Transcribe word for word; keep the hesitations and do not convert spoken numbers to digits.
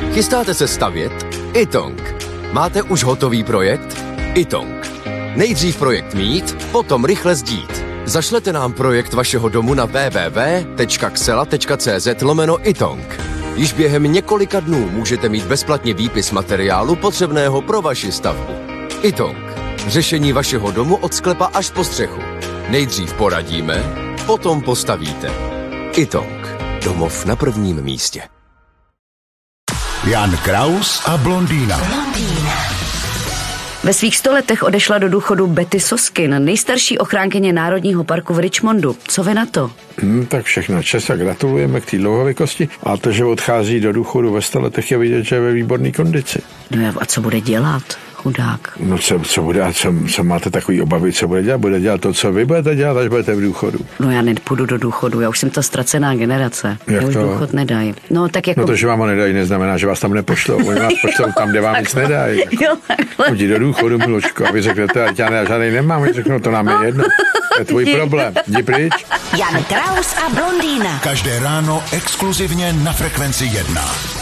Chystáte se stavět? Itong. Máte už hotový projekt? Itong. Nejdřív projekt mít, potom rychle sdít. Zašlete nám projekt vašeho domu na w w w tečka xela tečka c z lomeno Itong. Již během několika dnů můžete mít bezplatně výpis materiálu potřebného pro vaši stavbu. Itong. Řešení vašeho domu od sklepa až po střechu. Nejdřív poradíme, potom postavíte. Itong. Domov na prvním místě. Jan Kraus a blondýna. blondýna. Ve svých sto letech odešla do důchodu Betty Soskin, nejstarší ochránkyně Národního parku v Richmondu. Co vy na to? Hmm, tak všechno čest a gratulujeme k té dlouhověkosti. A to, že odchází do důchodu ve sto letech, je vidět, že je ve výborné kondici. No a co bude dělat? Chudák. No co, co bude a co, co máte takový obavy, co bude dělat? Bude dělat to, co vy budete dělat, až budete v důchodu. No já nepůjdu do důchodu, já už jsem ta ztracená generace. Jak už to? důchod nedají. No tak jako... No to, že vám ho nedají, neznamená, že vás tam nepošlou. Oni vás pošlou tam, kde vám nic nedají. Jo, takhle. Chodí do důchodu, miločko, a vy řeknete, ať já žádnej nemám, oni řeknou, to nám je jedno. To je tvůj problém. Jdi pryč. Jan Kraus a blondýna. Každé ráno exkluzivně na Frekvenci jedna.